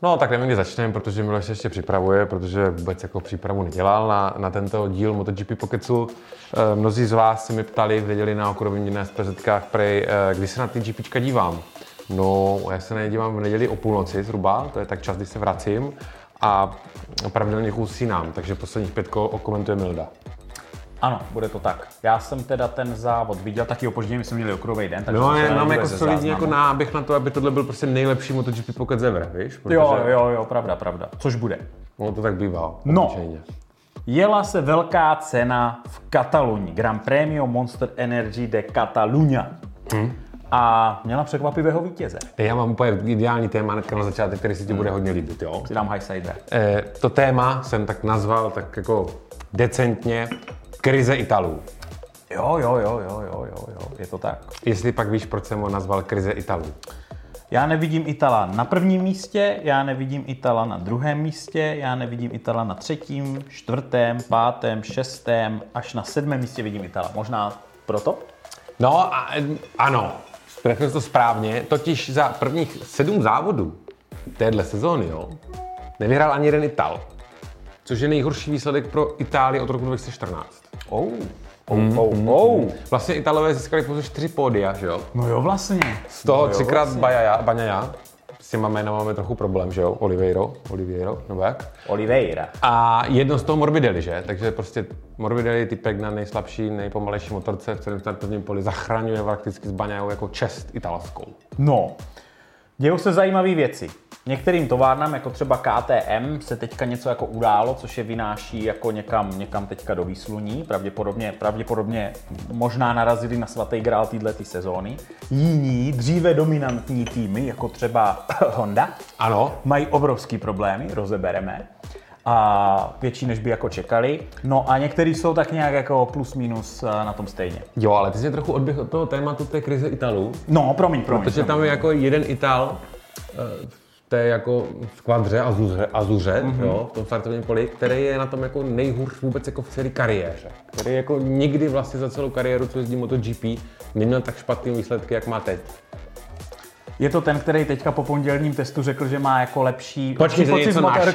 No tak nevím, kdy začneme, protože Miloš se ještě připravuje, protože vůbec jako přípravu nedělal na tento díl MotoGP Pokecu. Mnozí z vás se mi ptali, věděli na okruhovým dní na SPZkách prej, kdy se na ty GPčka dívám. No, já se na ně dívám v neděli o půlnoci zhruba, to je tak čas, kdy se vracím a pravidelně usínám, takže posledních 5 kol okomentuje Milda. Ano, bude to tak. Já jsem teda ten závod viděl, taky opoždění, my jsme měli okruhový den. Takže no, já mám jako solidní jako náběh na to, aby tohle byl prostě nejlepší MotoGP Pocket ever, víš? Protože... Jo, pravda. Což bude. No to tak bývá. No, jela se velká cena v Katalunii, Grand Premio Monster Energy de Catalunya. A měla překvapivého vítěze. Já mám úplně ideální téma na začátek, který si ti bude hodně líbit, jo? Si dám highsider. To téma jsem tak nazval tak jako decentně krize Italů. Jo, je to tak. Jestli pak víš, proč jsem ho nazval krize Italů. Já nevidím Itala na prvním místě, já nevidím Itala na druhém místě, já nevidím Itala na 3., 4., 5., 6., až na 7. místě vidím Itala. Možná proto? No, ano. Řekl jsi to správně, totiž za prvních 7 závodů téhle sezóny, jo, nevyhrál ani jeden Ital, což je nejhorší výsledek pro Itálii od roku 2014. Vlastně Italové získali pouze 4 pódia, že jo? No jo, vlastně. Z toho 3krát vlastně. Bagnaia. S těma jména máme trochu problém, že jo? Oliveira, nebo jak? Oliveira. A jedno z toho Morbidelli, že? Takže prostě Morbidelli, typek na nejslabší, nejpomalejší motorce v celém startovním poli, zachraňuje prakticky s Bagnaou jako čest italskou. No, dějou se zajímavé věci. Některým továrnám, jako třeba KTM, se teďka něco jako událo, což je vynáší jako někam teďka do výsluní. Pravděpodobně možná narazili na svatý grál této sezóny. Jiní, dříve dominantní týmy, jako třeba Honda, ano, mají obrovský problémy, rozebereme. A větší, než by jako čekali. No a některý jsou tak nějak jako plus minus na tom stejně. Jo, ale ty jsi trochu odběh od toho tématu té krize Italů. No, promiň. Protože tam je jako jeden Ital v té jako skvadře Azuře, jo, v tom startovním poli, který je na tom jako nejhůř vůbec jako v celé kariéře. Který jako nikdy vlastně za celou kariéru, co jezdí MotoGP, neměl tak špatný výsledky, jak má teď. Je to ten, který teďka po pondělním testu řekl, že má jako lepší pocit z motorky?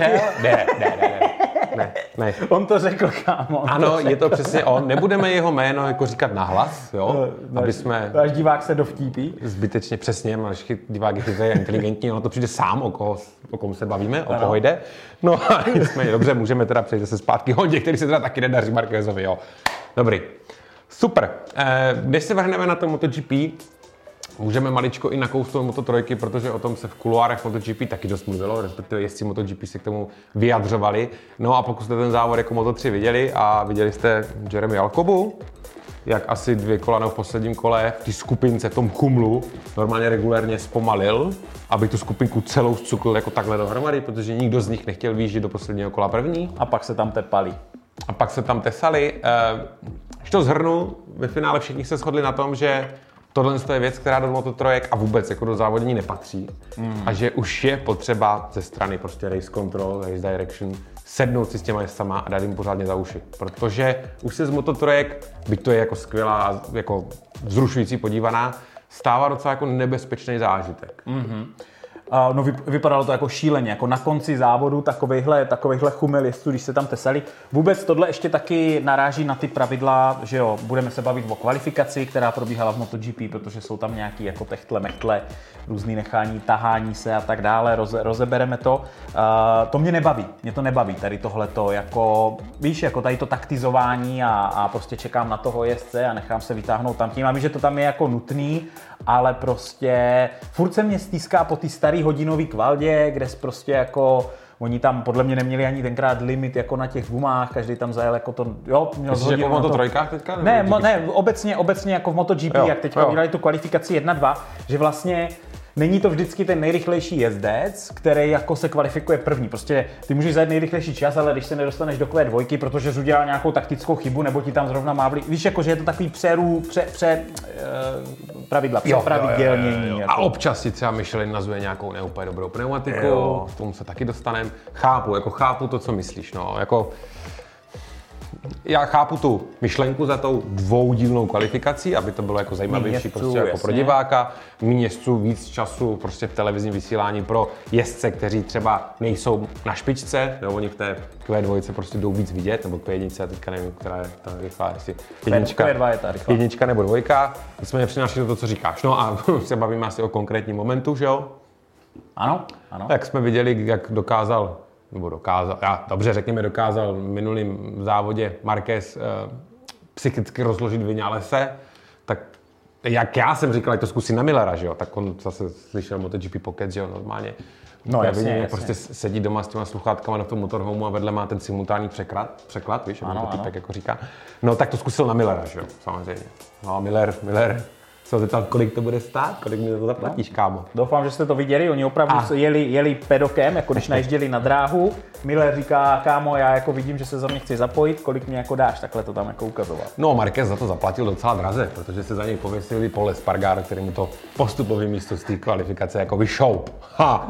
Ne. On to řekl, kámo. Ano, je to přesně on. Nebudeme jeho jméno jako říkat nahlas, jo? Aby jsme... Až divák se dovtípí. Zbytečně přesně, až divák je chytrý a inteligentní, ono to přijde sám, o kom se bavíme, o koho jde. No a nicméně, dobře, můžeme teda přejít zase zpátky Hondě, který se teda taky nedaří Marquezovi, jo. Dobrý. Super. Než se vrhneme na to MotoGP, můžeme maličko i nakousnout Moto3, protože o tom se v kuloárech MotoGP taky dost mluvilo, respektive jezdci MotoGP se k tomu vyjadřovali. No a pokud jste ten závod jako Moto3 viděli a viděli jste Jeremy Alcobu, jak asi 2 kola v posledním kole v té skupince, v tom chumlu, normálně regulérně zpomalil, aby tu skupinku celou zcukl jako takhle dohromady, protože nikdo z nich nechtěl výjíždět do posledního kola první. A pak se tam tepali. A pak se tam tesali. Když to shrnu, ve finále všichni se shodli na tom, že tohle je věc, která do Moto3 a vůbec jako do závodění nepatří. A že už je potřeba ze strany prostě race control, race direction, sednout si s těma jezdcama a dát jim pořádně za uši. Protože už se z Moto3, byť to je jako skvělá a jako vzrušující podívaná, stává docela jako nebezpečný zážitek. No, vypadalo to jako šíleně, jako na konci závodu takovejhle chumel jezdců, když se tam tesali. Vůbec tohle ještě taky naráží na ty pravidla, že jo, budeme se bavit o kvalifikaci, která probíhala v MotoGP, protože jsou tam nějaký jako techtle, různý nechání, tahání se a tak dále, rozebereme to. To mě to nebaví, tady tohleto, jako, víš, jako tady to taktizování a prostě čekám na toho jezdce a nechám se vytáhnout tam tím. A vím, že to tam je jako nutný, ale prostě furt se mě stýská po ty starý hodinový kvaldě, kde prostě jako oni tam podle mě neměli ani tenkrát limit jako na těch gumách, každý tam zajel jako to, jo, měl z hodinu jako v Moto3 teďka? Ne, obecně jako v MotoGP, jak teďka udělali tu kvalifikaci 1-2, že vlastně není to vždycky ten nejrychlejší jezdec, který jako se kvalifikuje první. Prostě ty můžeš zajet nejrychlejší čas, ale když se nedostaneš do Q2, protože jsi udělal nějakou taktickou chybu, nebo ti tam zrovna mávli. Víš, jako, že je to takový pravidelnění. Jako. A občas si třeba Michelin nazve nějakou neúplně dobrou pneumatiku, k tomu se taky dostaneme. Chápu to, co myslíš, no, jako... já chápu tu myšlenku za tou dvoudílnou kvalifikací, aby to bylo jako zajímavější prostě jako pro diváka, méně jezdců, víc času prostě v televizním vysílání pro jezdce, kteří třeba nejsou na špičce, nebo oni v té Q2 prostě jdou víc vidět, nebo Q1, a teďka nevím, která je ta rychlá, jestli Q2 je ta rychlá. Jednička nebo dvojka, nicméně přináší to, co říkáš. No a se bavíme asi o konkrétním momentu, že jo? Ano. Jak jsme viděli, jak dokázal v minulým závodě Marquez psychicky rozložit Viñalese, tak jak já jsem říkal, ať to zkusí na Millera, že jo, tak on zase slyšel MotoGP Pocket, že jo, normálně. No jasně. Prostě sedí doma s těma sluchátkama na tom motorhomu a vedle má ten simultánní překlad, víš, jak to týpek jako říká. No tak to zkusil na Millera, že jo, samozřejmě. No Miller, se zeptal, kolik to bude stát, kolik mi to zaplatíš, kámo. Doufám, že jste to viděli, oni opravdu jeli pedokem, jako když najížděli na dráhu. Miller říká, kámo, já jako vidím, že se za mě chci zapojit, kolik mě jako dáš, takhle to tam jako ukazoval. No, Marquez za to zaplatil docela draze, protože se za něj pověsili Pol Espargaro, který mu to postupové místo z té kvalifikace jako vyšoup. Ha!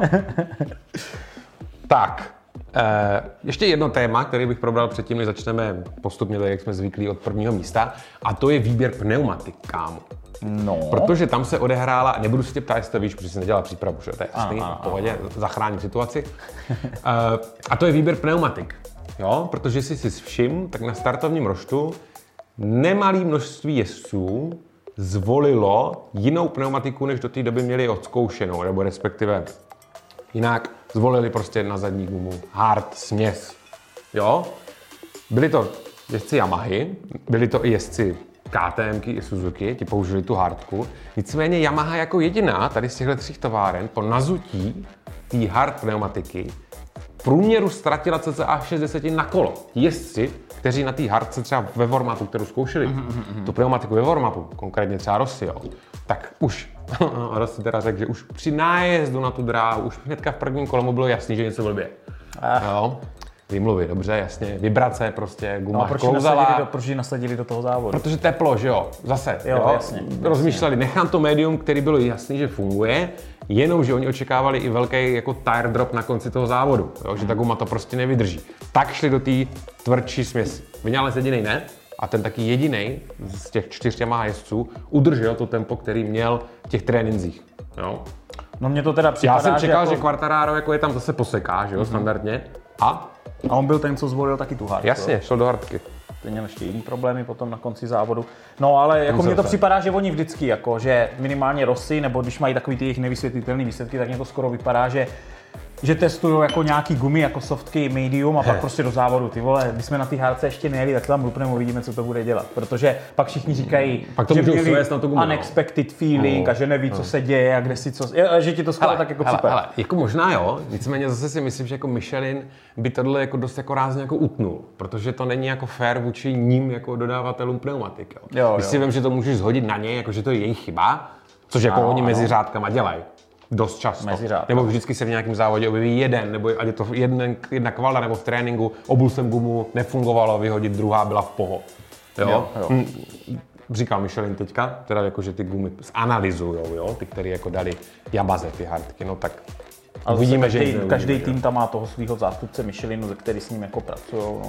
Tak, ještě jedno téma, který bych probral předtím, než začneme postupně, jak jsme zvyklí od prvního místa, a to je výběr pneumatik, kámo. No. Protože tam se odehrála, nebudu se tě ptát, jestli to víš, protože jsi nedělal přípravu, že to je jasný, v pohodě, zachráním situaci. A to je výběr pneumatik, jo, protože si všiml, tak na startovním roštu nemalé množství jezdců zvolilo jinou pneumatiku, než do té doby měli odzkoušenou, nebo respektive jinak zvolili prostě na zadní gumu hard směs, jo. Byli to jezdci Yamahy, byli to i jezdci KTMky i Suzuki, ti použili tu hardku. Nicméně Yamaha jako jediná tady z těchto tří továren po nazutí té hard pneumatiky v průměru ztratila cca 60 na kolo. Ti jezdci, kteří na té hardce třeba ve warm-upu, kterou zkoušeli, tu pneumatiku ve warm-upu, konkrétně třeba Rossi, jo, tak už, Rossi teda řekl, že už při nájezdu na tu dráhu, už hnedka v prvním kole mu bylo jasný, že něco blbě. Jo. Výmluvy, dobře, jasně, vibrace prostě, guma klouzala. Proč ji nasadili do toho závodu? Protože teplo, že jo, zase, jo, jasně. Rozmýšleli, nechám to médium, který bylo jasný, že funguje, jenomže oni očekávali i velký jako tire drop na konci toho závodu, jo, že ta guma to prostě nevydrží. Tak šli do té tvrdší směsi. Viñales jedinej ne, a ten taky jedinej z těch 4 Yamaha jezdců udržel to tempo, který měl v těch trénincích, jo. No mě to teda připadá, já jsem čekal, že Quartararo jako je tam zase poseká, že jo, standardně. A on byl ten, co zvolil taky tu hardku. Jasně, šel do hardky. Ten měl ještě jiný problémy potom na konci závodu. No ale jako mně to připadá, že oni vždycky, jako, že minimálně Rossi, nebo když mají takový ty jejich nevysvětlitelné výsledky, tak mně to skoro vypadá, že testují jako nějaký gumy, jako softky, medium a pak prostě do závodu. Ty vole, když jsme na té hardce ještě nejeli, tak tam lupneme, uvidíme, co to bude dělat. Protože pak všichni říkají, že měli unexpected feeling a že neví, co se děje a kde si co... že ti to skoro tak jako připadá. Ale jako možná jo, nicméně zase si myslím, že jako Michelin by tohle jako dost jako rázně jako utnul, protože to není jako fair vůči ním jako dodavatelům pneumatik. Jo. Když si vím, že to můžeš zhodit na něj, jako že to je jejich chyba, což jako oni mezi řádkama dělají. Dost často. Nebo vždycky se v nějakém závodě objeví jeden, nebo ať je to jedna kvalda, nebo v tréninku, obul jsem gumu, nefungovalo, vyhodit, druhá byla v poho. Jo? Říkal Michelin teďka, teda jako, že ty gumy zanalyzujou, jo? Ty, který jako dali Yamaze, ty hardky, no tak uvidíme, že každý tým tam má toho svého zástupce Michelinu, který s ním jako pracujou,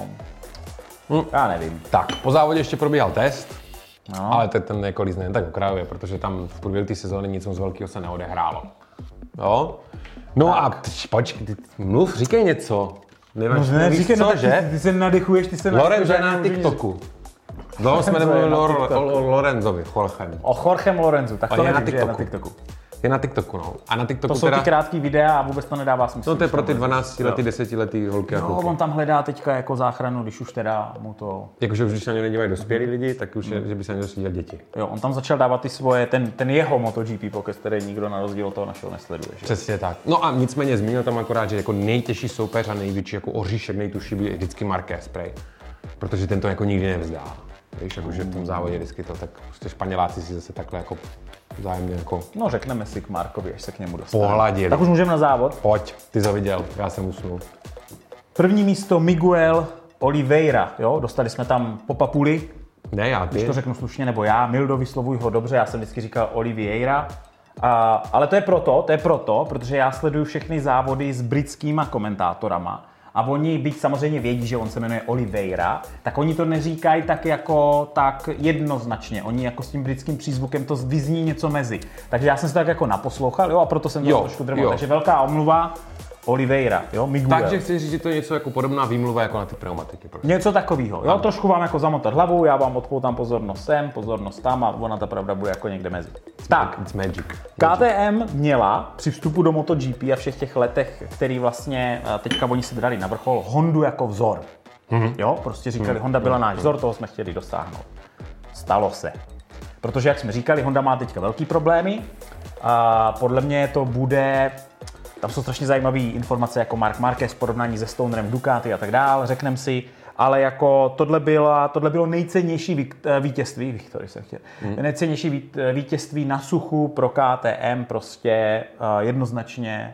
no. Já nevím. Tak, po závodě ještě probíhal test. No. Ale ten jako lízne jen tak okrajově, protože tam v průběhu té sezóny nic moc velkého se neodehrálo. Jo? No tak. A počkej, mluv, říkej něco. Nevíš co, že? Ty se nadechuješ, Lorenzo je na TikToku. Dlouho jsme nemluvili o Lorenzovi, Jorgem. O Jorgem Lorenzu, tak to nevím, že je na TikToku. Je na TikToku, no. A na TikToku to jsou ty krátký videa a vůbec to nedává smysl. No to je pro ty 12letý, 10letý holky a kluky. No, on tam hledá teďka jako záchranu, když už teda mu to... Jakože už když na něj nedívají dospělí lidi, tak už je, že by se měl dívat děti. Jo, on tam začal dávat ty svoje, ten jeho MotoGP Pocket, který nikdo na rozdíl od toho našeho nesleduje. Že? Přesně tak. No a nicméně zmínil tam akorát, že jako nejtěžší soupeř a největší jako oříšek, nejtuší byl vždycky Marquez Spray. Protože ten to jako nikdy nevzdá. Víš, jakože v tom závodě vždycky to, tak prostě Španěláci si zase takhle jako vzájemně jako... No řekneme si k Markovi, až se k němu dostaneme. Pohladili. Tak už můžeme na závod. Pojď, ty to viděl, já jsem usnul. První místo Miguel Oliveira, jo, dostali jsme tam Popapuli. Ne, já ty. Když to řeknu slušně, nebo já, Mildo, vyslovuj ho dobře, já jsem vždycky říkal Oliveira. Ale to je proto, protože já sleduju všechny závody s britskýma komentátorama. A oni, byť samozřejmě vědí, že on se jmenuje Oliveira, tak oni to neříkají tak jednoznačně. Oni jako s tím britským přízvukem to vyzní něco mezi. Takže já jsem se tak jako naposlouchal, a proto jsem to trošku drmal. Takže velká omluva. Oliveira, Miguel. Takže chci říct, že to je něco jako podobná výmluva jako na ty pneumatiky. Prostě. Něco takového, trošku vám jako zamotat hlavu, já vám odpoutám pozornost sem, pozornost tam a ona ta pravda bude jako někde mezi. Tak, it's magic. KTM měla při vstupu do MotoGP a všech těch letech, který vlastně teďka oni si dali na vrchol, Hondu jako vzor. Prostě říkali, Honda byla náš vzor, toho jsme chtěli dosáhnout. Stalo se. Protože, jak jsme říkali, Honda má teďka velký problémy a podle mě to bude... Tam jsou strašně zajímavé informace jako Marc Marquez v porovnání se Stonerem, Ducati a tak dál, řekneme si, ale jako tohle bylo nejcennější vítězství, nejcennější vítězství na suchu pro KTM, prostě jednoznačně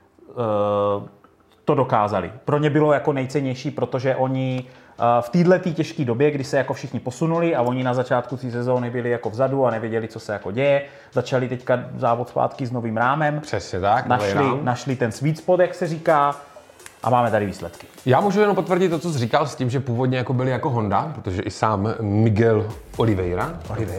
to dokázali. Pro ně bylo jako nejcennější, protože oni v této těžké době, kdy se jako všichni posunuli a oni na začátku té sezóny byli jako vzadu a nevěděli, co se jako děje, začali teďka závod zpátky s novým rámem. Přesně tak. Našli ten sweet spot, jak se říká, a máme tady výsledky. Já můžu jenom potvrdit to, co jsi říkal s tím, že původně jako byli jako Honda, protože i sám Miguel Oliveira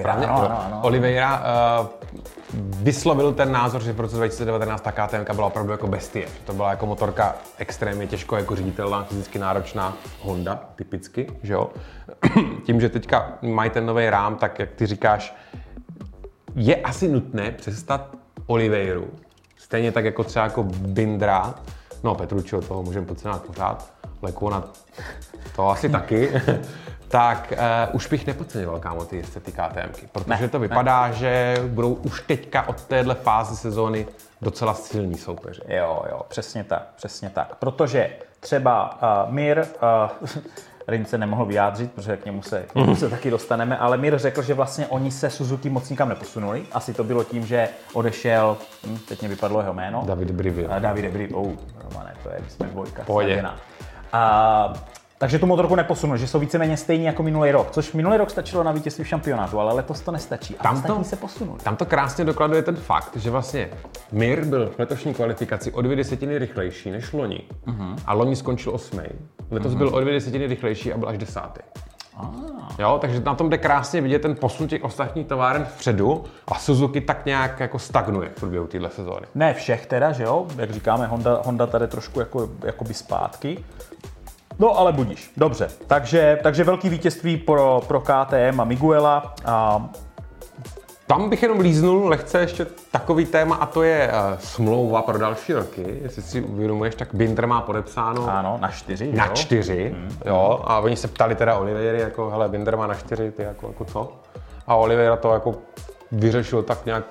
vyslovil ten názor, že v roce 2019 ta KTM byla opravdu jako bestie. To byla jako motorka extrémně těžko jako říditelná, fyzicky náročná Honda, typicky, že jo. Tím, že teďka mají ten nový rám, tak jak ty říkáš, je asi nutné přestat Oliveiru. Stejně tak jako třeba jako Bindra, no Petrucciho toho můžeme podcenat pořád, Lecona to asi taky, tak už bych nepodceňoval, kámo, ty jezdce, ty KTMky, protože to vypadá, že budou už teďka od téhle fázy sezóny docela silní soupeři. Jo, přesně tak, protože třeba Mir, Rin se nemohl vyjádřit, protože k němu se taky dostaneme, ale Mir řekl, že vlastně oni se Suzuki moc nikam neposunuli. Asi to bylo tím, že odešel, teď mě vypadlo jeho jméno. Davide Brivio. Romane, to je, jsme dvojka. Pojď. Takže tu motorku neposunul, že jsou víceméně stejní jako minulý rok, což minulý rok stačilo na vítězství v šampionátu, ale letos to nestačí. A ostatní se posunuli. Tam to krásně dokladuje ten fakt, že vlastně Mir byl v letošní kvalifikaci o 2/10 rychlejší než loni. A loni skončil 8. Letos byl o 2/10 rychlejší a byl až 10. Jo, takže na tom jde krásně vidět ten posun těch ostatních továren vpředu a Suzuki tak nějak jako stagnuje v průběhu téhle sezóny. Ne všech teda, že jo, jak říkáme, Honda tady trošku jakoby zpátky. No ale budíš, dobře. Takže velký vítězství pro KTM a Miguela. Tam bych jenom líznul lehce ještě takový téma a to je smlouva pro další roky. Jestli si uvědomuješ, tak Binder má podepsáno... Ano, na 4. Na 4, jo. A oni se ptali teda Oliveiry, jako hele, Binder má na 4, ty jako co? A Oliveira to jako vyřešil tak nějak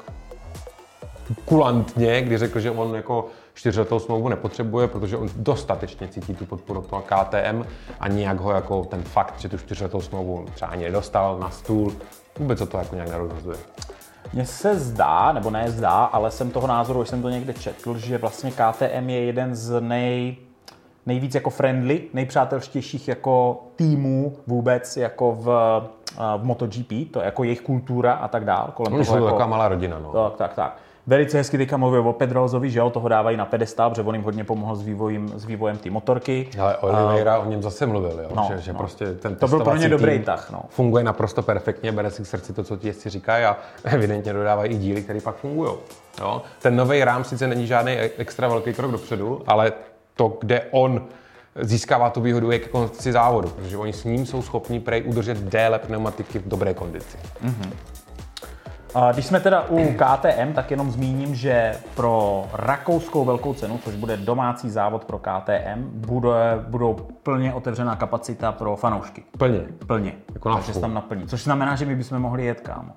kulantně, kdy řekl, že on jako 4letou smlouvu nepotřebuje, protože on dostatečně cítí tu podporu toho KTM a nijak ho jako ten fakt, že tu 4letou smlouvu třeba ani nedostal na stůl, vůbec to jako nějak nerozhazuje. Mně se zdá, nebo ne zdá, ale jsem toho názoru, že jsem to někde četl, že vlastně KTM je jeden z nejvíc jako friendly, nejpřátelštějších jako týmů vůbec jako v MotoGP, to je jako jejich kultura a tak dál. Kolem toho jsou jako taková malá rodina, no. Tak. Velice hezky teďka mluví o Pedrosovi, že jo, toho dávají na pedestál, protože on jim hodně pomohl s vývojem té motorky. Ale Oliveira o něm zase mluvil, jo, že prostě ten to byl pro ně dobrý tah, no. Funguje naprosto perfektně, bere si k srdci to, co ti jezdci říkají a evidentně dodávají i díly, které pak fungují. Jo. Ten nový rám sice není žádný extra velký krok dopředu, ale to, kde on získává tu výhodu, je ke konci závodu, protože oni s ním jsou schopni prej udržet déle pneumatiky v dobré kondici. Když jsme teda u KTM, tak jenom zmíním, že pro rakouskou velkou cenu, což bude domácí závod pro KTM, budou plně otevřená kapacita pro fanoušky. Plně. Jako takže se tam naplní. Což znamená, že my bychom mohli jet, kámo.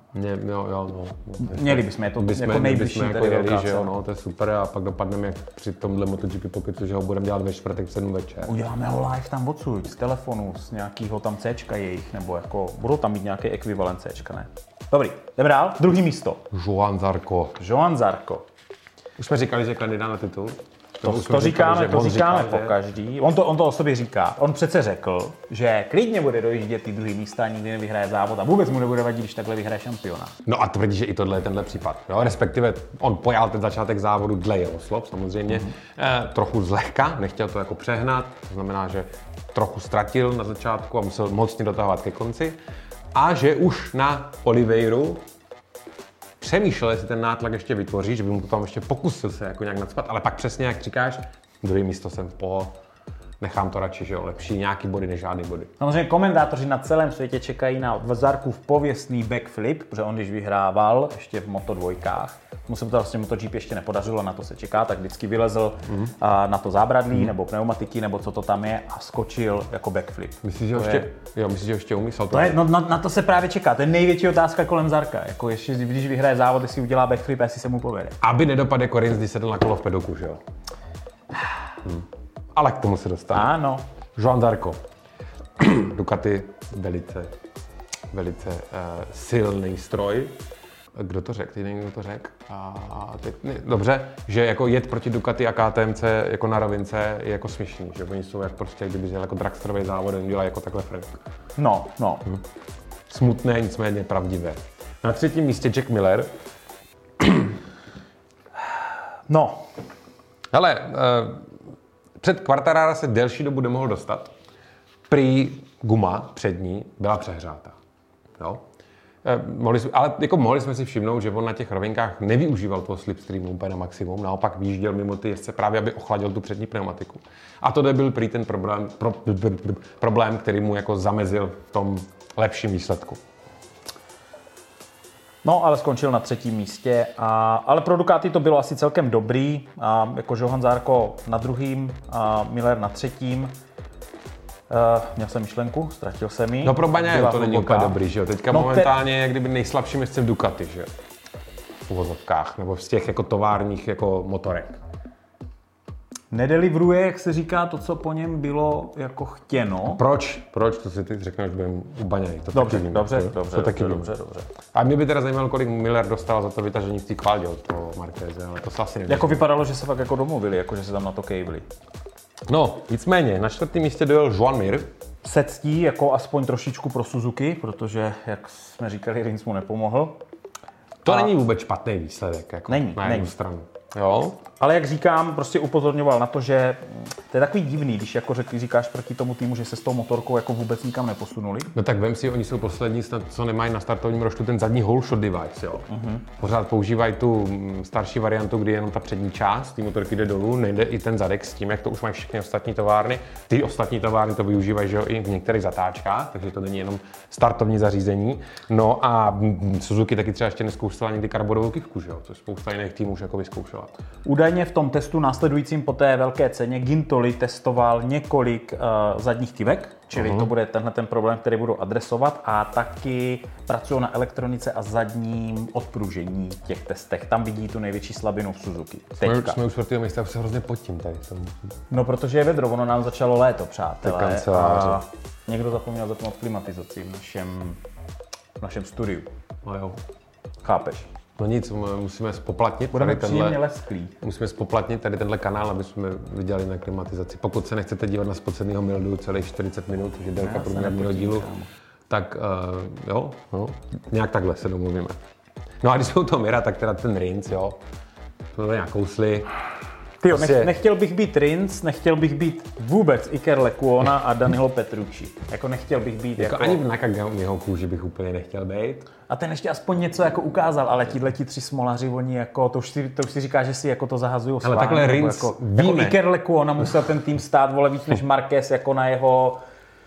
Měli bychom, je to jako nejbližší tady jeli, že jo, no, to je super a pak dopadneme jak při tomhle MotoGP pokecu, že ho budeme dělat ve čtvrtek v 7 večer. Uděláme ho live tam odsud, z telefonu, z nějakého tam Cčka jejich, nebo jako, budou tam mít nějaký ekvivalent Cčka, ne? Dobrý, jdeme dál. Druhý místo. Joan Zarco. Joan Zarco. Už jsme říkali, že kandidát na titul. To říkáme po každý. On to o sobě říká. On přece řekl, že klidně bude dojíždět ty druhý místa a nikdy nevyhraje závod a vůbec mu nebude vadit, když takhle vyhraje šampiona. No a tvrdí, že i tohle je tenhle případ. Jo? Respektive on pojal ten začátek závodu dle jeho slov, samozřejmě. Trochu zlehka, nechtěl to jako přehnat. To znamená, že trochu ztratil na začátku a musel mocně dotahovat ke konci. A že už na Oliveiru přemýšlel, jestli ten nátlak ještě vytvoří, že by mu to tam ještě pokusil se jako nějak nacpat, ale pak přesně jak říkáš, druhý místo jsem nechám to radši, že jo, lepší nějaký body než žádný body. Samozřejmě komentátoři na celém světě čekají na Zarkův pověstný backflip, protože on když vyhrával ještě v Moto2, mu se to vlastně MotoGP ještě nepodařilo, na to se čeká, tak vždycky vylezl na to zábradlí nebo pneumatiky, nebo co to tam je a skočil jako backflip. Myslíš, že ještě umí to je, no, na to se právě čeká, to je největší otázka kolem Zarka, jako ještě když vyhraje závod, jestli udělá backflip, jestli se mu povede. Aby nedopadl jako Rins, když sedl na kolo v pedoku, že jo? Ale k tomu se dostane. Ano. Joan Zarco. Ducati velice silný stroj. Kdo to řekl? Teď nevím, kdo to řekl. Dobře, že jako jet proti Ducati a KTMC jako na rovince je jako směšný, že oni jsou jak prostě, kdyby jel jako dragsterový závod, oni dělají jako takhle Frank. No. Smutné, nicméně pravdivé. Na třetím místě Jack Miller. No. Hele, před Quartarara se delší dobu nemohl dostat. Prý guma přední byla přehřátá. Jo? Mohli jsme si všimnout, že on na těch rovinkách nevyužíval toho slipstreamu úplně na maximum, naopak vyjížděl mimo ty jezdce právě, aby ochladil tu přední pneumatiku. A to byl prý ten problém, který mu jako zamezil v tom lepším výsledku. No, ale skončil na třetím místě, ale pro Ducati to bylo asi celkem dobrý, jako Johan Zarco na druhým, Miller na třetím. Měl jsem myšlenku, ztratil jsem ji. No pro Baňaje to není úplně dobrý, že jo? Teďka momentálně je kdyby nejslabším jezdcem Ducati, že jo? V uvozovkách, nebo z těch jako továrních jako motorek. Nedelivruje, jak se říká, to, co po něm bylo jako chtěno. Proč? To si teď řekneš, že budeme u Baňaji. Dobře. A mě by teda zajímalo, kolik Miller dostal za to vytažení v té kvaldě od toho Marqueze, ale to se asi neví. Jako vypadalo, že se fakt jako domluvili, jako že se tam na to kejvli. No, nicméně, na čtvrtém místě dojel Joan Mir. Se ctí jako aspoň trošičku pro Suzuki, protože, jak jsme říkali, Rins mu nepomohl. To není vůbec špatný výsledek, jako na jednu stranu. Jo? Ale jak říkám, prostě upozorňoval na to, že to je takový divný, když jako říkáš proti tomu týmu, že se s tou motorkou jako vůbec nikam neposunuli. No tak vem si, oni jsou poslední, co nemají na startovním roštu ten zadní whole shot device, jo. Pořád používají tu starší variantu, kdy jenom ta přední část té motorky jde dolů, nejde i ten zadek s tím, jak to už mají všechny ostatní továrny. Ty ostatní továrny to využívají, že jo, i v některých zatáčkách, takže to není jenom startovní zařízení. No a Suzuki taky třeba ještě nezkoušela ani ty karbonovou kivku, že jo, což spousta jiných týmů už jako vyzkoušela. Údajně v tom testu následujícím po té velké ceně Gintoli testoval několik zadních kivek, čili to bude tenhle ten problém, který budu adresovat, a taky pracují na elektronice a zadním odpružení těch testech. Tam vidí tu největší slabinu v Suzuki. Teďka. Jsme už čtvrtého místa, už se hrozně potím tady. No, protože je vedro, ono nám začalo léto, přátelé. A někdo zapomněl zapnout klimatizaci v našem studiu. No jo. Chápeš? No nic, musíme spoplatnit musíme spoplatnit tady tenhle kanál, aby jsme viděli na klimatizaci. Pokud se nechcete dívat na spoceného mildu celých 40 minut, že délka průměrného dílu, tak jo, nějak takhle se domluvíme. No a když jsme u toho Mira, tak teda ten Rins, jo, to nějak kousli. Tyjo, nechtěl bych být Rins, nechtěl bych být vůbec Iker Lecuona a Danilo Petrucci. Jako nechtěl bych být jako... Ani v Nakagameho kůži bych úplně nechtěl být. A ten ještě aspoň něco jako ukázal, ale tihleti tři smolaři, oni jako, to už si říká, že si jako to zahazují ale takhle Rins, jako Iker Lecuona musel ten tým stát, vole, víc než Marquez jako na jeho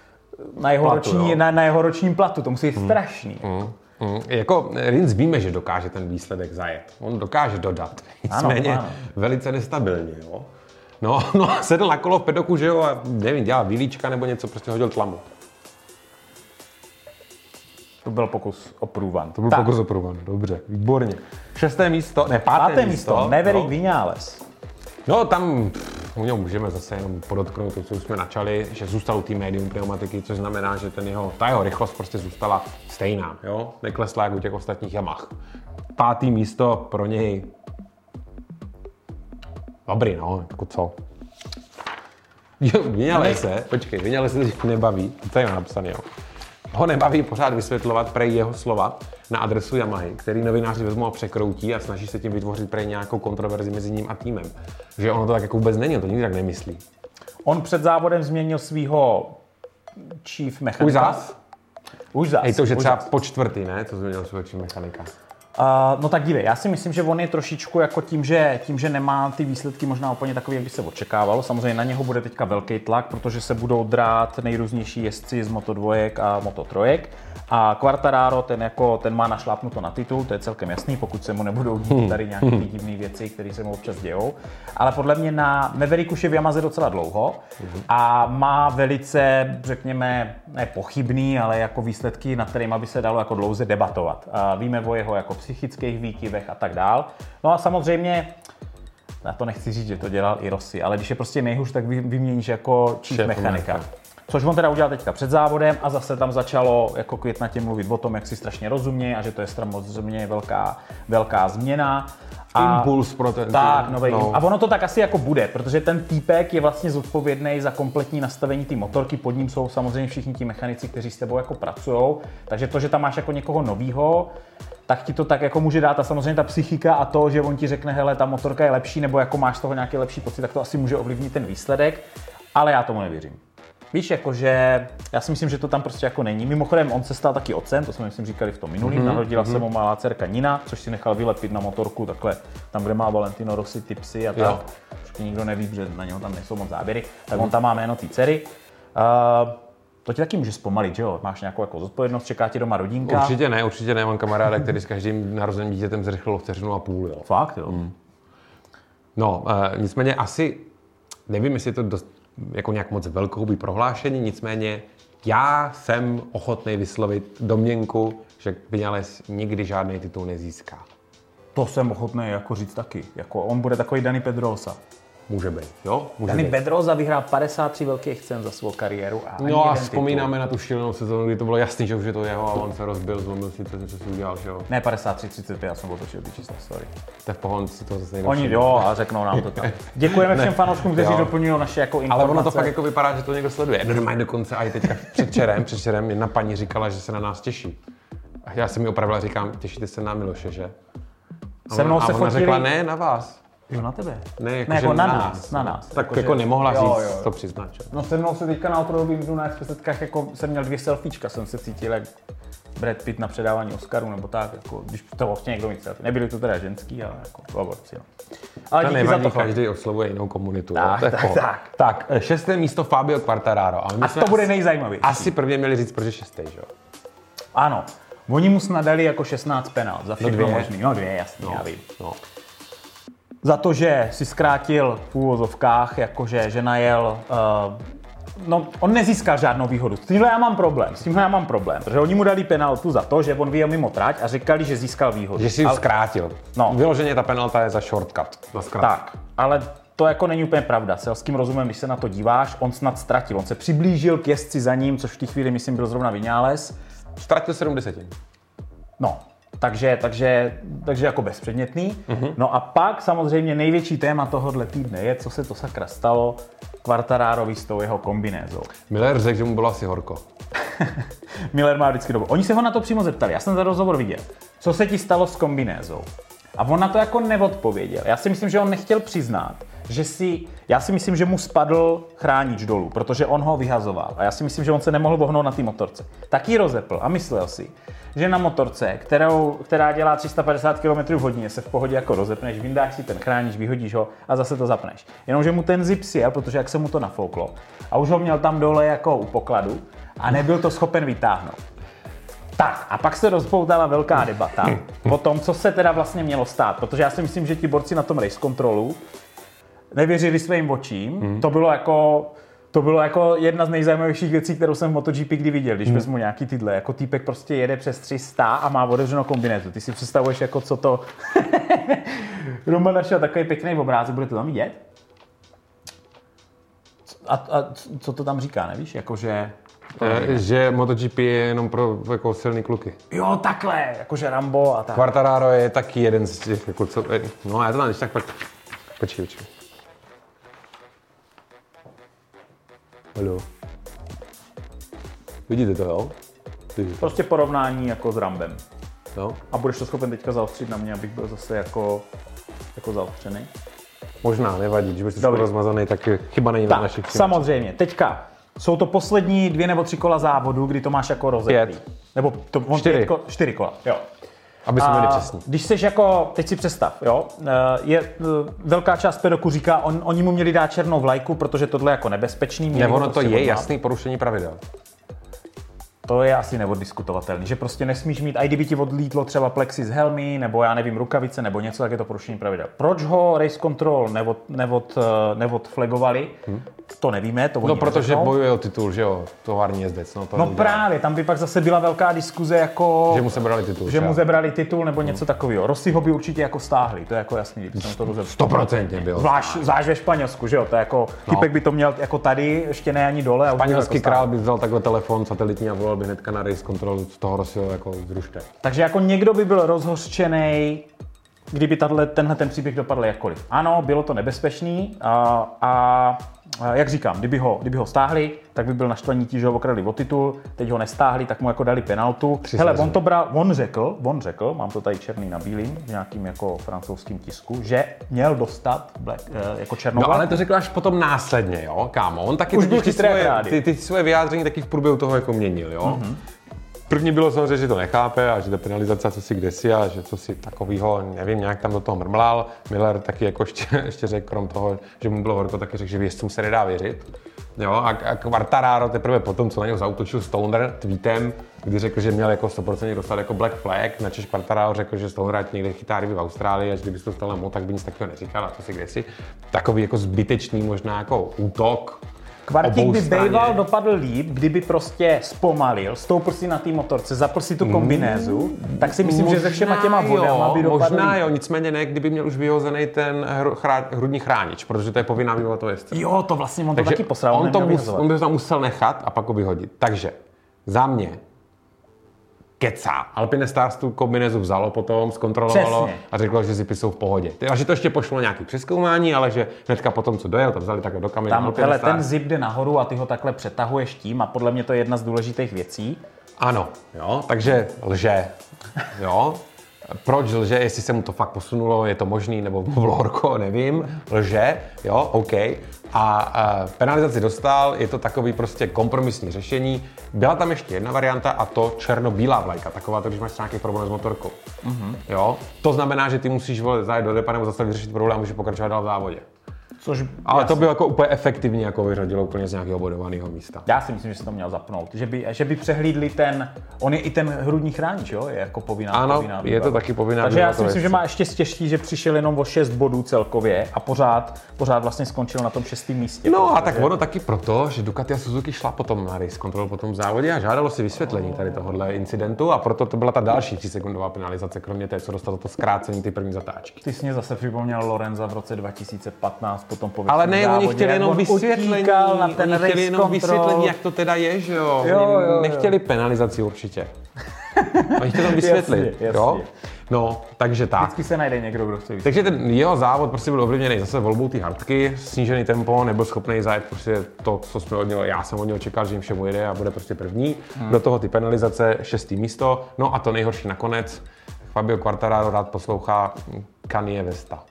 ročním platu, to musí být strašný. Jako Rins víme, že dokáže ten výsledek zajet. On dokáže dodat. Nicméně velice nestabilně, jo. No, sedl na kolo v pedoku, že jo, a nevím, dělal výlíčka nebo něco, prostě hodil tlamu. To byl pokus o průvan. Dobře, výborně. Páté místo, Maverick Viñales. No, tam u něho můžeme zase jenom podotknout to, co jsme načali, že zůstal u té medium pneumatiky, což znamená, že ta jeho rychlost prostě zůstala stejná, jo? Neklesla jak u těch ostatních Yamah. Pátý místo pro něj Dobrý, no, jako co? Jo, Vinales se teď nebaví, to je napsané, jo. Ho nebaví pořád vysvětlovat prej jeho slova na adresu Yamahy, který novináři vezmou a překroutí a snaží se tím vytvořit prej nějakou kontroverzi mezi ním a týmem. Že ono to tak jako vůbec není, on to nikdy tak nemyslí. On před závodem změnil svýho chief mechanika. Už zás. Ej, to už je třeba po čtvrtý, ne? To změnil svýho chief mechanika. No tak dívej, já si myslím, že on je trošičku jako tím, že nemá ty výsledky možná úplně takový, jak by se očekávalo. Samozřejmě na něho bude teďka velký tlak, protože se budou drát nejrůznější jezdci z Moto2 a Moto3. A Quartararo, ten má našlápnuto na titul, to je celkem jasný, pokud se mu nebudou dít tady nějaké divné věci, které se mu občas dějou. Ale podle mě na Maverick už je v Yamaze docela dlouho a má velice, řekněme, ne pochybný, ale jako výsledky, nad kterými by se dalo jako dlouze debatovat. A víme o jeho jako psychických výkyvech a tak dál. No a samozřejmě, já to nechci říct, že to dělal i Rossi, ale když je prostě nejhůř, tak vyměníš jako chief mechanika. Což on teda udělal teďka před závodem a zase tam začalo jako květnatě mluvit o tom, jak si strašně rozumí a že to je samozřejmě velká změna. Impuls pro ten tak, nový. No. A ono to tak asi jako bude, protože ten týpek je vlastně zodpovědný za kompletní nastavení té motorky, pod ním jsou samozřejmě všichni ti mechanici, kteří s tebou jako pracujou, takže to, že tam máš jako někoho novýho, tak ti to tak jako může dát a samozřejmě ta psychika a to, že on ti řekne, hele, ta motorka je lepší, nebo jako máš z toho nějaký lepší pocit, tak to asi může ovlivnit ten výsledek, ale já tomu nevěřím. Víš, jakože já si myslím, že to tam prostě jako není. Mimochodem, on se stal taky otcem, to jsme myslím říkali v tom minulým, narodila se mu malá dcerka Nina, což si nechal vylepit na motorku, takhle tam, kde má Valentino Rossi ty psy a tak. Už nikdo neví, že na něho tam nejsou moc záběry, tak on tam má jméno té dcery. To ti taky může zpomalit, že jo? Máš nějakou jako zodpovědnost, čeká ti doma rodinka. Určitě ne, mám kamaráda, který s každým narozeným dítětem zrychlil vteřinu a půl, jo. Fakt, jo? No, nicméně asi, nevím, jestli je to dost jako nějak moc velkohubý prohlášení, nicméně já jsem ochotný vyslovit domněnku, že Vinales nikdy žádný titul nezíská. To jsem ochotný jako říct taky. Jako on bude takový Dani Pedrosa. Může být, jo? Dani Pedrosa vyhrál 53 velkých cen za svou kariéru. A vzpomínáme na tu šílenou sezónu, kdy to bylo jasný, že už je to jeho a on se rozbil, zlomil si to, co si udělal, že jo? Ne, 53-35, já jsem otočil ty čísla, sorry. Tak pohon si to zase nejde. Oni jo, a řeknou nám to tak. Děkujeme všem fanouškům, kteří doplňují naše jako informace. Ale ono to fakt jako vypadá, že to někdo sleduje. Normálně dokonce i teďka předčerem jedna paní říkala, že se na nás těší. A já jsem mi opravila, říkám, těšíte se na Miloše, že? Se mnou se ona řekla, ne, na vás. Jo, na tebe. Ne, jako na nás. Tak jako nemohla říct, to přiznat. Čo? No se mnou se teďka na opravdovým dnu na F5 jako jsem měl 2 selfiečka, jsem se cítil jak Brad Pitt na předávání Oscaru nebo tak, jako, když to vlastně někdo mít selfie. Nebyli to teda ženský, ale jako laborci, no. Ale to nevadí, za to každý oslovuje jinou komunitu. Tak, 6. místo Fabio Quartararo. A to bude nejzajímavější. Asi prvně měli říct, proč je 6. že jo? Ano. Oni mu snadali jako 16 penalt za všechno možný. No 2, jasný, já vím. No. Za to, že si zkrátil v úvozovkách, jakože že najel, on nezískal žádnou výhodu. S tímhle já mám problém, protože oni mu dali penaltu za to, že on vyjel mimo trať a říkali, že získal výhodu. Že si ji zkrátil. No. Vyloženě ta penalta je za shortcut. Tak, ale to jako není úplně pravda. Selským rozumem, když se na to díváš, on snad ztratil. On se přiblížil k jezdci za ním, což v té chvíli, myslím, byl zrovna Vinales. Ztratil 70. No. Takže jako bezpředmětný. No a pak samozřejmě největší téma tohohle týdne je, co se to sakra stalo Quartararovi s tou jeho kombinézou. Miller řekl, že mu bylo asi horko. Miller má vždycky dobu. Oni se ho na to přímo zeptali, já jsem ten rozhovor viděl. Co se ti stalo s kombinézou? A on na to jako neodpověděl. Já si myslím, že on nechtěl přiznat, já si myslím, že mu spadl chránič dolů, protože on ho vyhazoval. A já si myslím, že on se nemohl vohnout na té motorce. Tak ji rozepl a myslel si, že na motorce, která dělá 350 km v hodině, se v pohodě jako rozepneš, vyndáš si ten chránič, vyhodíš ho a zase to zapneš. Jenomže mu ten zip sjel, protože jak se mu to nafouklo. A už ho měl tam dole jako u pokladu a nebyl to schopen vytáhnout. Tak a pak se rozpoutala velká debata o tom, co se teda vlastně mělo stát, protože já si myslím, že ti borci na tom race controlu nevěřili svým očím. To bylo jako jedna z nejzajímavějších věcí, kterou jsem v MotoGP kdy viděl, když vezmu nějaký tyhle, jako týpek prostě jede přes 300 a má otevřenou kombinézu. Ty si představuješ, jako co to... Roman našel takový pěkný obrázek, bude to tam vidět? A co to tam říká, nevíš? Jakože... Že MotoGP je jenom pro jako silný kluky. Jo, takhle, jakože Rambo a tak. Quartararo je taky jeden z těch, jako co... No, já to tam když tak pak... Počkej. Haló. Vidíte to, jo? Prostě porovnání jako s Rambem. No. A budeš to schopen teďka zaostřit na mě, abych byl zase jako zaostřený? Možná, nevadí, když budeš skoro rozmazaný, tak chyba není na našich. Samozřejmě. Teďka jsou to poslední 2 nebo 3 kola závodu, kdy to máš jako rozeklý. 5. Nebo to 4 kola, jo. Aby jsme byli přesní. Když seš jako, teď si představ, jo, velká část pedoků říká, oni mu měli dát černou vlajku, protože tohle je jako nebezpečný. Ne, ono to je jasný porušení pravidel. To je asi neoddiskutovatelný, že prostě nesmíš mít, i kdyby ti odlítlo třeba plexi z helmy, nebo já nevím, rukavice, nebo něco, tak je to porušení pravidel. Proč ho Race Control neodflagovali, to nevíme, to oni protože neřeknou. bojuje o titul, že jo, tovární jezdec. No právě, tam by pak zase byla velká diskuze jako... Že mu sebrali titul. Že mu sebrali titul, nebo něco takového. Rossi ho by určitě jako stáhli, to je jako jasný. 100% byl. Zvlášť ve Španělsku, že jo, to je jako, typek by to měl jako tady, ještě ne ani dole. Španělský jako král by vzal takhle telefon satelitní a volal by hnedka na Race Control, z toho Rossiho jako zrušte. Takže jako někdo by byl rozhořčený, kdyby tenhle příběh dopadl jakkoliv. Ano, bylo to nebezpečný a jak říkám, kdyby ho stáhli, tak by byl naštvaní tí, že ho okradli o titul, teď ho nestáhli, tak mu jako dali penaltu. Hele, on řekl, mám to tady černý na bílým, v nějakým jako francouzským tisku, že měl dostat jako černou. No ale to řekl až potom následně, jo, kámo. On taky ty svoje vyjádření taky v průběhu toho jako měnil, jo. Mm-hmm. První bylo samozřejmě, že to nechápe a že ta penalizace co si kdesi a že co si takovýho, nevím, nějak tam do toho mrmlal. Miller taky jako ještě řekl, krom toho, že mu bylo horko, taky řekl, že věřcům se nedá věřit. Jo, a Quartararo teprve potom, co na něho zaútočil Stoner tweetem, kdy řekl, že měl jako 100% dostat jako black flag, načež Quartararo řekl, že Stoner někde chytá ryby v Austrálii a že kdyby to dostal na mod, tak by nic takového neříkal a co si kdesi. Takový jako zbytečný možná jako útok. Kvartík by býval dopadl líp, kdyby prostě zpomalil, stoupl si na té motorce, zapl si tu kombinézu, tak si myslím, že se všema těma vodama by dopadl možná líp. Jo, nicméně ne, kdyby měl už vyhozený ten hrudní chránič, protože to je povinná výbava toho jezdce. Jo, to vlastně on to taky posral, on by to tam musel nechat a pak ho vyhodit. Takže za mě kecá. Alpine Stars tu kombinézu vzalo potom, zkontrolovalo Přesně. a řeklo, že zipy jsou v pohodě. A že to ještě pošlo nějaký přezkoumání, ale že hnedka potom, co dojel, to vzali takhle do kameny. Tam ten zip jde nahoru a ty ho takhle přetahuješ tím a podle mě to je jedna z důležitých věcí. Ano, jo, takže lže. Jo. Proč lže, jestli se mu to fakt posunulo, je to možný, nebo bylo horko, nevím, lže, jo, OK. A penalizaci dostal, je to takový prostě kompromisní řešení. Byla tam ještě jedna varianta a to černobílá vlajka, taková to, když máš nějaký problém s motorkou. Mm-hmm. Jo, to znamená, že ty musíš zajet do depa nebo zase vyřešit problém a můžeš pokračovat dál v závodě. Ale to by jako úplně efektivně jako vyřadilo úplně z nějakého bodovaného místa. Já si myslím, že se to měl zapnout. Že by přehlídli on je i ten hrudní chránič, jo? Je jako povinná. Ano, je to taky povinná. Takže já si myslím, že má ještě štěstí, že přišel jenom o 6 bodů celkově a pořád vlastně skončil na tom 6. místě. No a tak ono taky proto, že Ducati a Suzuki šla potom na Race Control po tom závodě a žádalo si vysvětlení tady tohohle incidentu a proto to byla ta další 3sekundová penalizace, kromě té, co dostalo to zkrácení ty první zatáčky. Ty jsi mě zase připomněl Lorenza v roce 2015 potom po ale ne, závodě, oni chtěli jenom vysvětlení, jak to teda je, že jo? Oni nechtěli penalizaci určitě. Oni chtěli tam vysvětlit, jo? No, takže tak. Vždycky se najde někdo, kdo chce vysvětlit. Takže ten jeho závod prostě byl ovlivněný zase volbou té hardky, snížený tempo, nebyl schopný zajet prostě to, co jsme od něho, já jsem od něho čekal, že jim všemu jede a bude prostě první. Do toho ty penalizace, 6. místo, no a to nejhorší nakonec, Fabio Quartararo rád poslouchá Kanye Westa.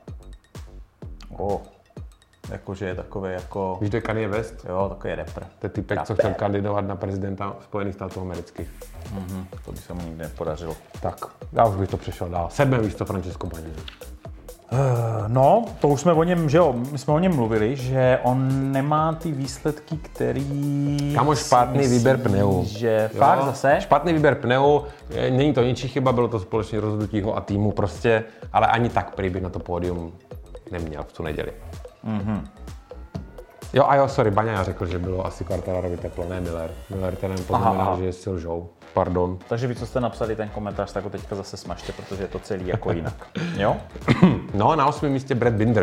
Jakože je takový jako... Víš, to je Kanye West? Jo, takový rapper. To je typek, co chtěl kandidovat na prezidenta Spojených států amerických. To by se mu nikdy nepodařilo. Tak, já už bych to přešel dál. 7. místo Francesco Bagnaia. No, to už jsme o něm, že jo, my jsme o něm mluvili, že on nemá ty výsledky, který... Kamo, špatný výběr pneu. Že fakt zase? Špatný výběr pneu, není to ničí chyba, bylo to společné rozhodnutí ho a týmu prostě, ale ani tak prý by na to pódium neměl v tu neděli. Jo, sorry, Bagnaia řekl, že bylo asi Quartararovi teplo, ne Miller. Miller ten poznamenal, že si lžou. Pardon. Takže vy, co jste napsali ten komentář, tak ho teďka zase smažte, protože je to celý jako jinak. Jo? No, na 8. místě Brad Binder.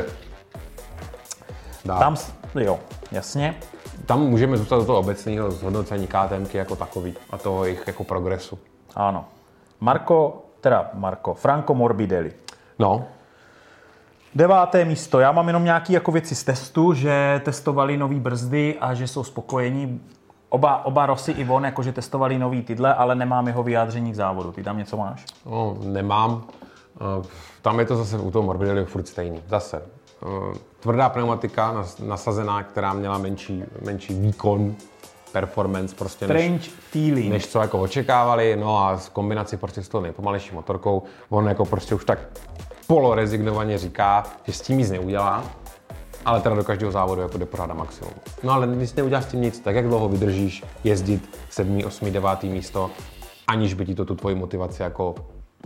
Tam, jo, jasně. Tam můžeme zůstat do toho obecného zhodnocení KTMky jako takový a toho jejich jako progresu. Ano. Franco Morbidelli. No. 9. místo. Já mám jenom nějaké jako věci z testu, že testovali nový brzdy a že jsou spokojení. Oba Rossi i on jakože testovali nový tyhle, ale nemám jeho vyjádření k závodu. Ty tam něco máš? No, nemám. Tam je to zase u toho Morbidelli furt stejný. Zase tvrdá pneumatika nasazená, která měla menší výkon, performance prostě než co jako očekávali. No a z kombinaci prostě s tou nejpomalejší motorkou, on jako prostě už tak polorezignovaně říká, že s tím nic neudělá, ale teda do každého závodu jako jde pořád na maximum. No ale když neuděláš s tím nic, tak jak dlouho vydržíš jezdit 7., 8., 9. místo, aniž by ti to tu tvoji motivaci jako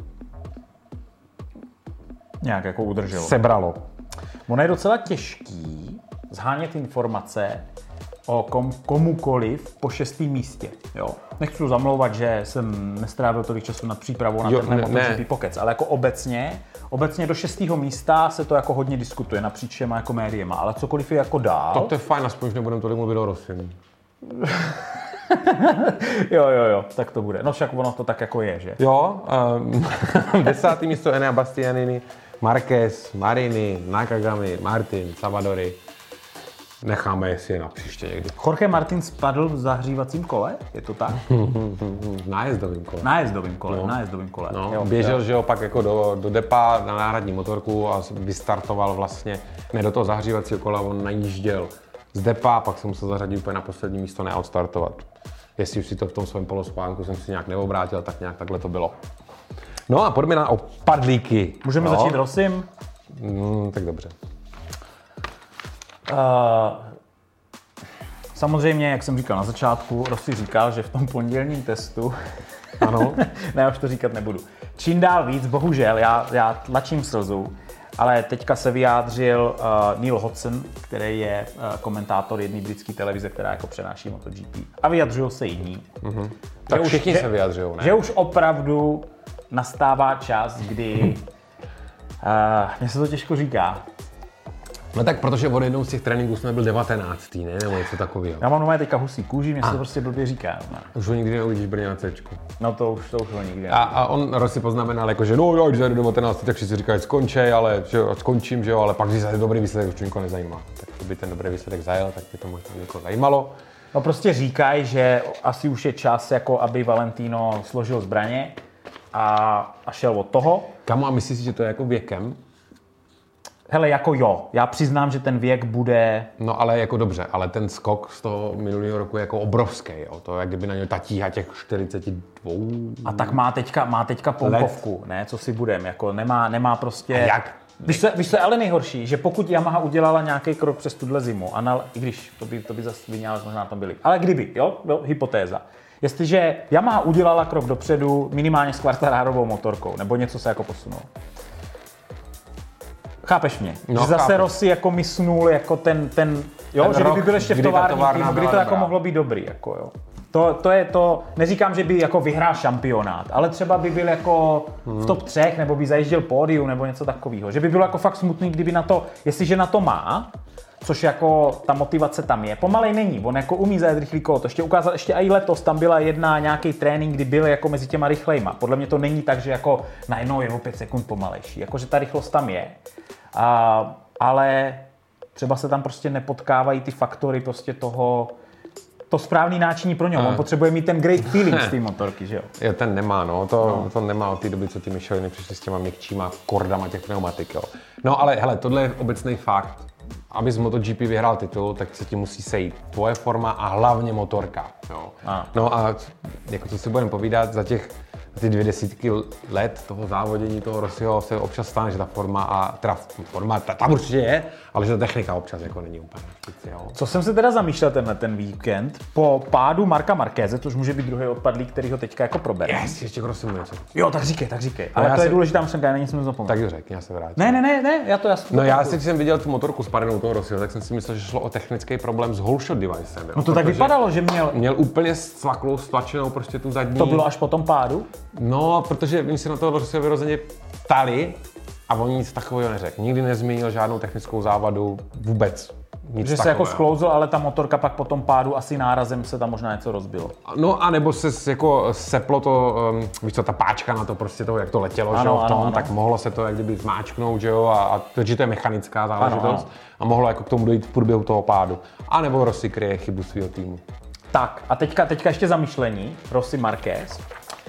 nějak jako udrželo. Sebralo. Ono je docela těžký zhánět informace o komukoliv po 6. místě. Jo. Nechci zamlouvat, že jsem nestrávil tolik času na přípravu na tenhle MotoGP pokec, ale jako obecně do 6. místa se to jako hodně diskutuje napříč všema jako médiema, ale cokoliv je jako dál. Tak to je fajn, aspoň už nebudeme tolik mluvit o Rossim. jo, tak to bude. No však ono to tak jako je, že? Jo, 10. místo Enea Bastianini, Marquez, Marini, Nakagami, Martin, Savadori. Necháme si je na příště někdy. Jorge Martin spadl v zahřívacím kole, je to tak? V nájezdovém kole. Nájezdovém kole. No, jo, běžel, že jo, pak jako do depa na náhradní motorku a vystartoval vlastně, ne do toho zahřívacího kola, on najížděl z depa, pak se musel zařadit úplně na poslední místo, neodstartovat. Jestli už si to v tom svém polospánku jsem si nějak neobrátil, tak nějak takhle to bylo. No a pojďme na opadlíky. Můžeme začít Rossim? Tak dobře. Samozřejmě, jak jsem říkal na začátku, Rossi říkal, že v tom pondělním testu, ano. ne, už to říkat nebudu, čím dál víc, bohužel, já tlačím slzu, ale teďka se vyjádřil Neil Hodgson, který je komentátor jedné britské televize, která jako přenáší MotoGP. A vyjadřují se jiní. Mm-hmm. Tak všichni se vyjadřují, ne? Že už opravdu nastává čas, kdy mně se to těžko říká. No tak protože od jednou z těch tréninků jsme byl 19. ne? Nebo něco takového. Já mám normálně teďka husí kůži, mě se to prostě blbě říká. Ne? Už ho nikdy neuvidíš v Brně na Cčku. No to už ho nikdy. A on Rossi poznamenal jako, že no jo, když zajdu do 19, tak všichni říkají skončej, ale že skončím, že jo, ale pak když zajde dobrý výsledek, už to nikoho nezajímá. Tak kdyby ten dobrý výsledek zajel, tak by to možná někoho zajímalo. No prostě říkají, že asi už je čas, jako aby Valentino složil zbraně a šel od toho. Kamo, a myslíš si, že to je jako věkem? Hele, jako jo, já přiznám, že ten věk bude... No ale jako dobře, ale ten skok z toho minulého roku je jako obrovský, jo. To je, jak kdyby na něj ta tíha těch 42... A tak má teďka poukovku, ne, co si budem, jako nemá prostě... A jak? Víš, co je ale nejhorší, že pokud Yamaha udělala nějaký krok přes tuhle zimu, i když to by zase vyňal, možná tam byli, ale kdyby, jo, hypotéza. Jestliže Yamaha udělala krok dopředu minimálně s Quartararovou motorkou, nebo něco se jako posunulo. Chápeš mě? No, že zase Rossi jako mysnul jako ten že kdyby byl ještě v tovární týmu, kdy to jako mohlo být dobrý, jako jo. To je to, neříkám, že by jako vyhrál šampionát, ale třeba by byl jako v top 3, nebo by zajížděl pódium, nebo něco takového. Že by bylo jako fakt smutný, kdyby na to, jestliže na to má, což jako ta motivace tam je, pomalej není, on jako umí zajet rychlý kolo, to ještě ukázal, ještě i letos tam byla nějaký trénink, kdy byl jako mezi těma rychlejma. Podle mě to není tak, že jako najednou je o 5 sekund pomalejší, jakože ta rychlost tam je. Ale třeba se tam prostě nepotkávají ty faktory prostě to správný náčiní pro něho. On potřebuje mít ten great feeling z té motorky, že jo? Jo, ten nemá, to nemá od té doby, co ty Micheliny přišly s těma měkčíma kordama těch pneumatik, jo. No ale hele, tohle je obecný fakt. Abys MotoGP vyhrál titul, tak se ti musí sejít tvoje forma a hlavně motorka, jo. No a jako co si budeme povídat, za ty 2 desítky let toho závodění toho Rossiho se občas stane, že ta forma tam určitě je, ale že ta technika občas jako není úplně špici, jo. Co jsem se teda zamýšlel ten víkend, po pádu Marka Marqueze, což může být druhý odpadlík, který ho teďka jako probere. Ještě k Rossimu něco. Jo, tak říkej. Ale to je důležitá myšlenka, není jsem zapomněl. Tak řekni, já se vrátím. Ne, já to jasně. No já když jsem viděl tu motorku spadenou toho Rossiho, tak jsem si myslel, že šlo o technický problém s whole shot devicem. No to tak vypadalo, že měl úplně stlačenou prostě tu zadní. To bylo až po tom pádu? No, protože oni se na toho Rossiho vyrozeně ptali a on nic takového neřekl. Nikdy nezmínil žádnou technickou závadu vůbec. nic že se jako sklouzl, ale ta motorka pak po tom pádu asi nárazem se tam možná něco rozbilo. No a nebo se jako seplo to, víš co, ta páčka na to prostě toho, jak to letělo, ano, že jo, v tom, ano. tak mohlo se to jak kdyby zmáčknout, že jo, a to je mechanická záležitost a mohlo jako k tomu dojít v průběhu toho pádu. A nebo Rossi kryje chybu svého týmu. Tak a teďka ještě zamyšlení, Rossi Marquez.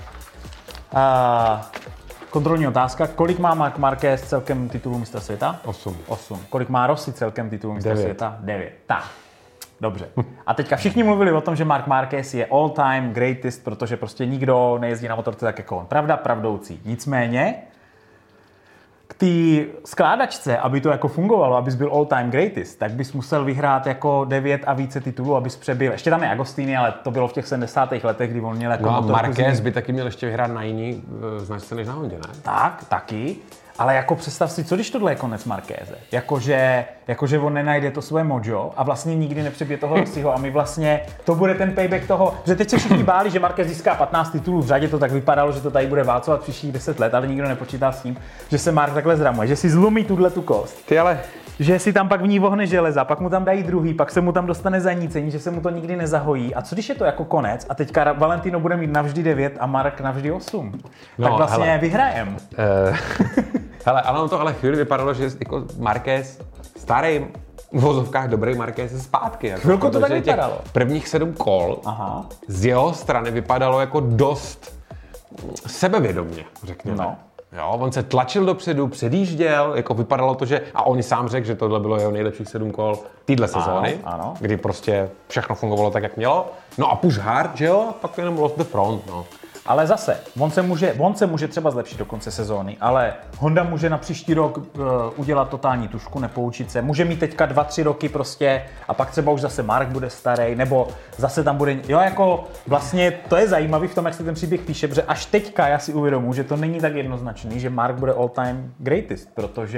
Kontrolní otázka, kolik má Marc Marquez celkem titulů mistra světa? 8. Kolik má Rossi celkem titulů mistra 9. světa? 9. Tak, dobře. A teďka všichni mluvili o tom, že Marc Marquez je all time greatest, protože prostě nikdo nejezdí na motorce tak jako on. Pravda, pravdoucí. Nicméně, k té skládačce, aby to jako fungovalo, abys byl all time greatest, tak bys musel vyhrát jako 9 a více titulů, abys přebyl. Ještě tam je Agostini, ale to bylo v těch 70. letech, kdy on měl jako motorku. No a Marquez by taky měl ještě vyhrát na jiný značce než na Hondě, ne? Tak, taky. Ale jako představ si, co když tohle je konec Markéze? Jakože on nenajde to svoje mojo a vlastně nikdy nepřebije toho Rossiho a my vlastně, to bude ten payback toho, že teď se všichni báli, že Marquez získá 15 titulů v řadě, to tak vypadalo, že to tady bude válcovat příštích 10 let, ale nikdo nepočítá s tím, že se Mark takhle zramuje, že si zlomí tu kost. Ty ale... Že si tam pak v ní vohne železa, pak mu tam dají druhý, pak se mu tam dostane zanícení, že se mu to nikdy nezahojí. A co když je to jako konec a teďka Valentino bude mít navždy 9 a Mark navždy 8? No, tak vlastně hele, vyhrajem. Hele, ale on to ale chvíli vypadalo, že jako Marquez, starý v vozovkách dobrý Marquez je zpátky. Jako, chvilku to tak vypadalo. Prvních 7 kol z jeho strany vypadalo jako dost sebevědomně, řekněme. No. Jo, on se tlačil dopředu, předjížděl, jako vypadalo to, že... A on sám řekl, že tohle bylo jeho nejlepších 7 kol téhle sezóny, ano. Kdy prostě všechno fungovalo tak, jak mělo. No a push hard, že jo, pak jenom lost the front, no. Ale zase, on se může třeba zlepšit do konce sezóny, ale Honda může na příští rok udělat totální tušku, nepoučit se. Může mít teďka 2-3 roky prostě a pak třeba už zase Mark bude starý, nebo zase tam bude... Jo, jako vlastně to je zajímavý v tom, jak se ten příběh píše, protože až teďka já si uvědomuji, že to není tak jednoznačný, že Mark bude all time greatest,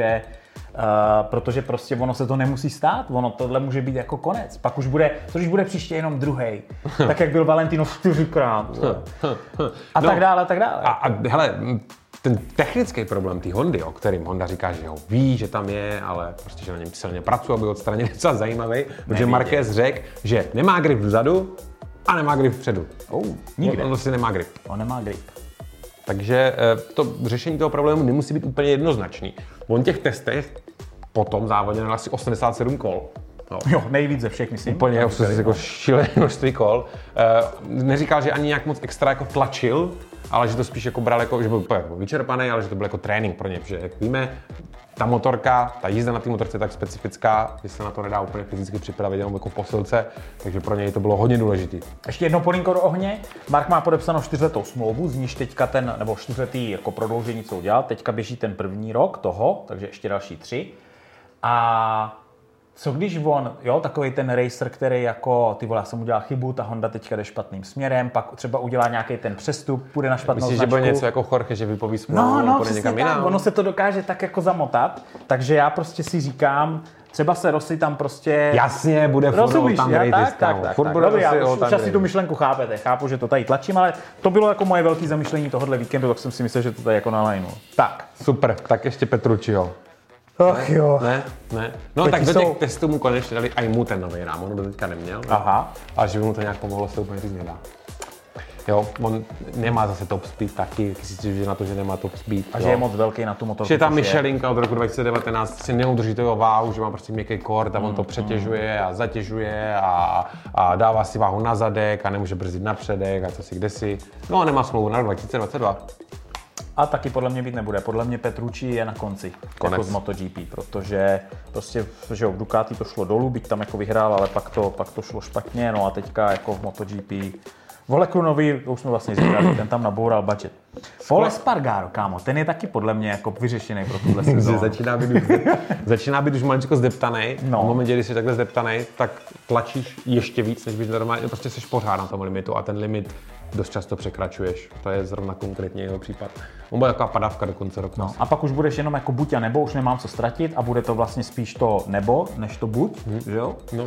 protože prostě ono se to nemusí stát, ono tohle může být jako konec. Pak už bude, co když bude příště jenom druhej, tak jak byl Valentino 4krát. A tak dále, a tak dále. A hele, ten technický problém té Hondy, o kterým Honda říká, že ho ví, že tam je, ale prostě, že na něm silně pracuje, aby odstranil něco zajímavý, protože Marquez řekl, že nemá grip vzadu a nemá grip vpředu. Nikde. On si nemá grip. On nemá grip. Takže to řešení toho problému nemusí být úplně jednoznačný. On těch testech po tom závodě měl asi 87 kol. No. Jo, nejvíc ze všech, myslím. Úplně jako šílené množství kol. Neříkal, že ani nějak moc extra jako tlačil, ale že to spíš jako bral jako, že byl jako vyčerpaný, ale že to byl jako trénink pro ně, protože jak víme, ta motorka, ta jízda na té motorce je tak specifická, že se na to nedá úplně fyzicky připravit jenom jako posilce, takže pro něj to bylo hodně důležité. Ještě jedno polínko do ohně. Mark má podepsanou 4letou smlouvu, z níž teďka nebo 4letý jako prodloužení, co udělal. Teďka běží ten první rok toho, takže ještě další 3. A co když on, jo, takový ten racer, který jako, ty vole, já jsem udělal chybu, ta Honda teďka jde špatným směrem, pak třeba udělá nějaký ten přestup, půjde na špatnou Myslíš, značku. Že bude něco jako Jorge, že vypoví smlouvu, no, přesně někam jinam? Ono se to dokáže tak jako zamotat, takže já prostě si říkám, třeba se Rossi tam prostě... Jasně, bude furt tam greatest, tak. Dobrý, já už asi tu myšlenku chápete, chápu, že to tady tlačím, ale to bylo jako moje velké zamyšlení tohohle víkendu, tak jsem si myslel, že to tady jako nalajnu. Tak. Super, tak ještě Petrucciho. Ach jo. Ne. No tak do těch testů mu konečně dali i mu ten nový rám, on do teďka neměl. Aha. A že by mu to nějak pomohlo, se úplně říct nedá. Jo, on nemá zase top speed taky, si stěžuje na to, že nemá top speed. A že je moc velký na tu motorku. Že ta Michelinka od roku 2019 si neudrží toho váhu, že má prostě měkký kord a on to přetěžuje a zatěžuje a dává si váhu na zadek a nemůže brzdit na předek a co si kdesi. No a nemá smlouvu na rok 2022. A taky podle mě být nebude. Podle mě Petrucci je na konci. Jako z MotoGP, protože prostě, že v Ducati to šlo dolů, byť tam jako vyhrál, ale pak to šlo špatně, no a teďka jako v MotoGP Vole Klunovi, to už jsme vlastně říkali, ten tam naboural budget. Pol Espargaro, kámo, ten je taky podle mě jako vyřešený pro tuhle sezónu. Začíná být už maličko zdeptanej. No. V momentě, kdy jsi takhle zdeptanej, tak tlačíš ještě víc, než bys normálně, prostě jsi pořád na tom limitu a ten limit dost často překračuješ. To je zrovna konkrétně jeho případ. On bude taková padávka do konce roku. No, a pak už budeš jenom jako buď a nebo, už nemám co ztratit a bude to vlastně spíš to nebo, než to buď, že jo? No.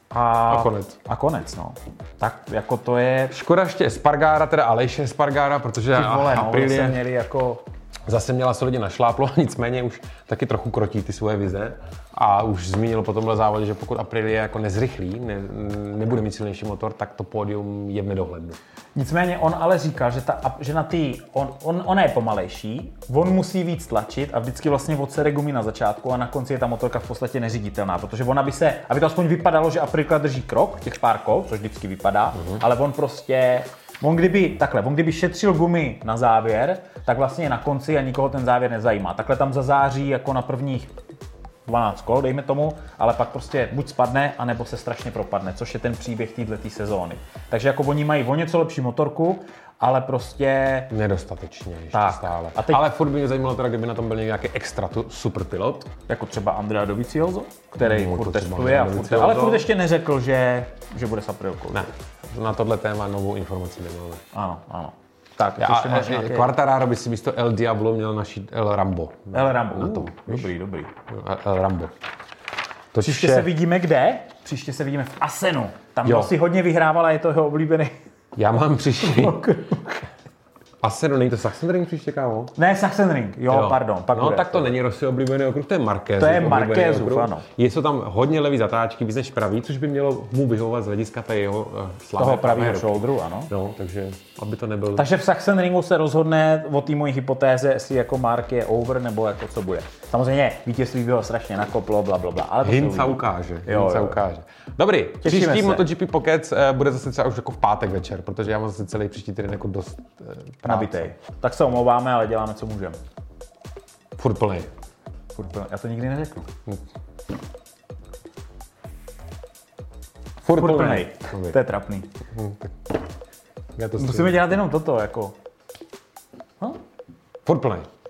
A konec, no. Tak jako to je... Škoda ještě Espargara, teda Alejše Espargara, protože Aprilie... měli jako... zase měla solidně našláplo, nicméně už taky trochu krotí ty svoje vize a už zmínil po tomhle závodě, že pokud Aprilia jako nezrychlí, nebude mít silnější motor, tak to pódium je v nedohlednu. Nicméně on ale říkal, že na ona je pomalejší, on musí víc tlačit a vždycky vlastně odsere gumy na začátku a na konci je ta motorka v podstatě neřiditelná, protože on, aby to aspoň vypadalo, že Aprilia drží krok těch pár kol, což vždycky vypadá, ale on kdyby šetřil gumy na závěr, tak vlastně je na konci a nikoho ten závěr nezajímá. Takhle tam zazáří jako na prvních 12 kol, dejme tomu, ale pak prostě buď spadne, anebo se strašně propadne, což je ten příběh této sezóny. Takže jako oni mají o něco lepší motorku, ale prostě... Nedostatečně ještě tak. stále. A teď... Ale furt by mě zajímalo teda, kdyby na tom byl nějaký extra super pilot. Jako třeba Andrea Dovizioso, který furt testuje, ale furt ještě neřekl, že bude s Aprilkou. Ne, na tohle téma novou informaci nemáme. Ano. Tak, Quartararo by si místo El Diablo měl našít El Rambo. El Rambo, dobrý. El Rambo. Příště se vidíme kde? Příště se vidíme v Asenu. Tam si hodně vyhrávala, je to jeho oblíbený. Já mám příští. Asenu, není to Sachsenring příště, kámo? Ne, Sachsenring, jo. Pardon. Pak no tak to není Rossi oblíbený okruh, to je Marquezův. To je Marquezův, ano. Jsou tam hodně levý zatáčky, víc než pravý, což by mělo mu vyhovovat z hlediska té jeho slávy. Toho pravého shoulderu, ano. No, takže aby to nebyl... Takže v Sachsenringu se rozhodne o té mojí hypotéze, jestli jako Mark je over, nebo jako co bude. Samozřejmě vítězství bylo strašně nakoplo, blablabla. Ale Hinca ukáže. Dobrý, příští MotoGP Pockets bude zase třeba už jako v pátek večer, protože já mám zase celý příští týden jako dost nabitej. Tak se omlouváme, ale děláme, co můžeme. Furt plný. Já to nikdy neřeknu. Furt plný. To je trapný. Musíme dělat jenom toto, jako. Furt plný.